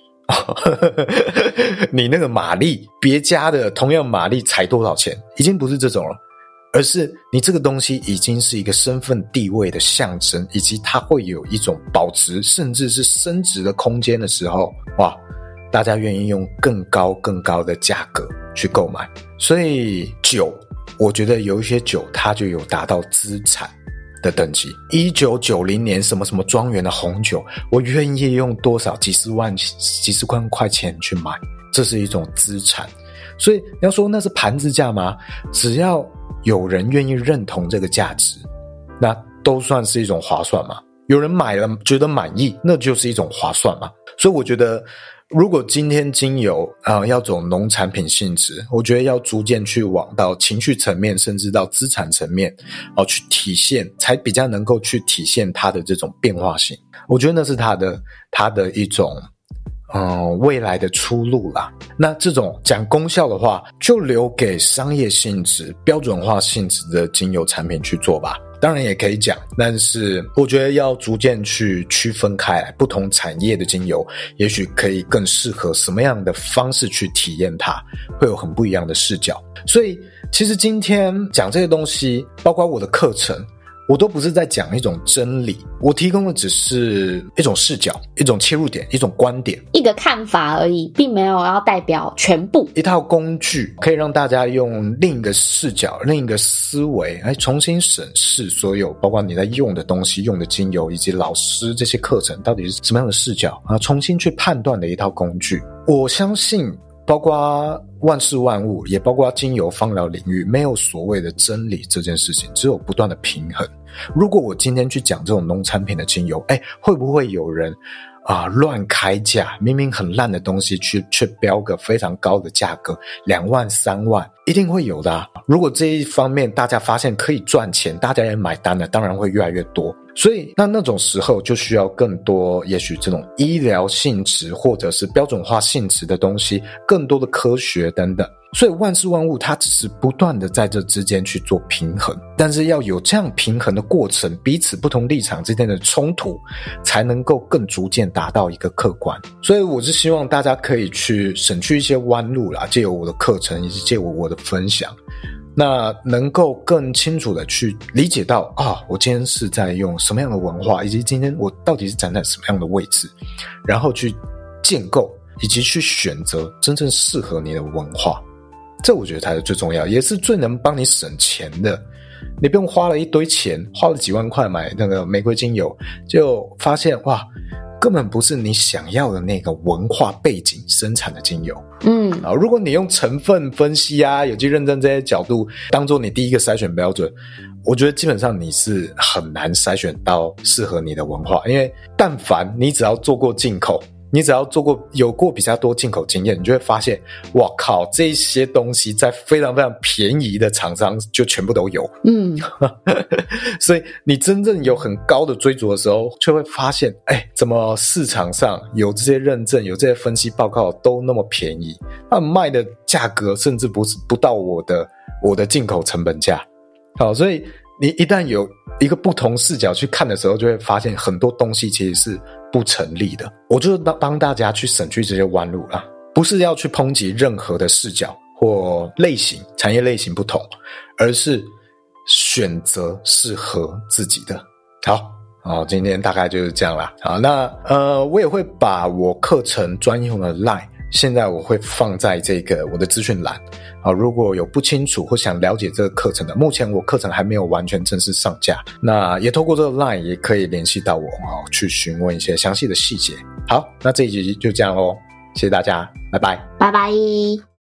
你那个马力，别家的同样马力才多少钱，已经不是这种了，而是你这个东西已经是一个身份地位的象征，以及它会有一种保值甚至是升值的空间的时候，哇，大家愿意用更高更高的价格去购买。所以酒，我觉得有一些酒它就有达到资产的等级。一九九零年什么什么庄园的红酒，我愿意用多少几十万几十万块钱去买，这是一种资产。所以要说那是盘子价吗？只要有人愿意认同这个价值，那都算是一种划算嘛。有人买了觉得满意，那就是一种划算嘛。所以我觉得如果今天精油啊、呃、要走农产品性质，我觉得要逐渐去往到情绪层面，甚至到资产层面哦、呃、去体现，才比较能够去体现它的这种变化性。我觉得那是它的它的一种嗯未来的出路啦。那这种讲功效的话，就留给商业性质、标准化性质的精油产品去做吧。当然也可以讲，但是我觉得要逐渐去区分开来，不同产业的精油也许可以更适合什么样的方式去体验它，会有很不一样的视角。所以其实今天讲这些东西，包括我的课程，我都不是在讲一种真理，我提供的只是一种视角，一种切入点，一种观点， 一个看法而已，并没有要代表全部。 一套工具可以让大家用另一个视角、另一个思维来重新审视所有包括你在用的东西、用的精油以及老师这些课程到底是什么样的视角啊，重新去判断的一套工具。我相信包括万事万物，也包括精油芳疗领域，没有所谓的真理这件事情，只有不断的平衡。如果我今天去讲这种农产品的精油，诶，会不会有人啊乱开价？明明很烂的东西去却标个非常高的价格，两万三万，一定会有的啊。如果这一方面大家发现可以赚钱，大家也买单了，当然会越来越多。所以那那种时候就需要更多也许这种医疗性质或者是标准化性质的东西，更多的科学等等。所以万事万物它只是不断的在这之间去做平衡，但是要有这样平衡的过程，彼此不同立场之间的冲突才能够更逐渐达到一个客观。所以我是希望大家可以去省去一些弯路啦，借由我的课程以及借由我的分享，那能够更清楚的去理解到啊，我今天是在用什么样的文化，以及今天我到底是站在什么样的位置，然后去建构以及去选择真正适合你的文化。这我觉得才是最重要，也是最能帮你省钱的。你不用花了一堆钱，花了几万块买那个玫瑰精油，就发现哇，根本不是你想要的那个文化背景生产的精油。嗯，啊，如果你用成分分析啊、有机认证这些角度当做你第一个筛选标准，我觉得基本上你是很难筛选到适合你的文化，因为但凡你只要做过进口，你只要做过有过比较多进口经验，你就会发现哇靠，这些东西在非常非常便宜的厂商就全部都有。嗯所以你真正有很高的追逐的时候，就会发现哎，怎么市场上有这些认证有这些分析报告都那么便宜，他们卖的价格甚至不是不到我的我的进口成本价。好，所以你一旦有一个不同视角去看的时候，就会发现很多东西其实是不成立的。我就是帮大家去省去这些弯路啦，不是要去抨击任何的视角或类型，产业类型不同，而是选择适合自己的。好，好，今天大概就是这样啦。好，那呃，我也会把我课程专用的 LINE， 现在我会放在这个我的资讯栏。好，如果有不清楚或想了解这个课程的，目前我课程还没有完全正式上架，那也透过这个 LINE 也可以联系到我，去询问一些详细的细节。好，那这一集就这样咯，谢谢大家，拜拜， 拜拜。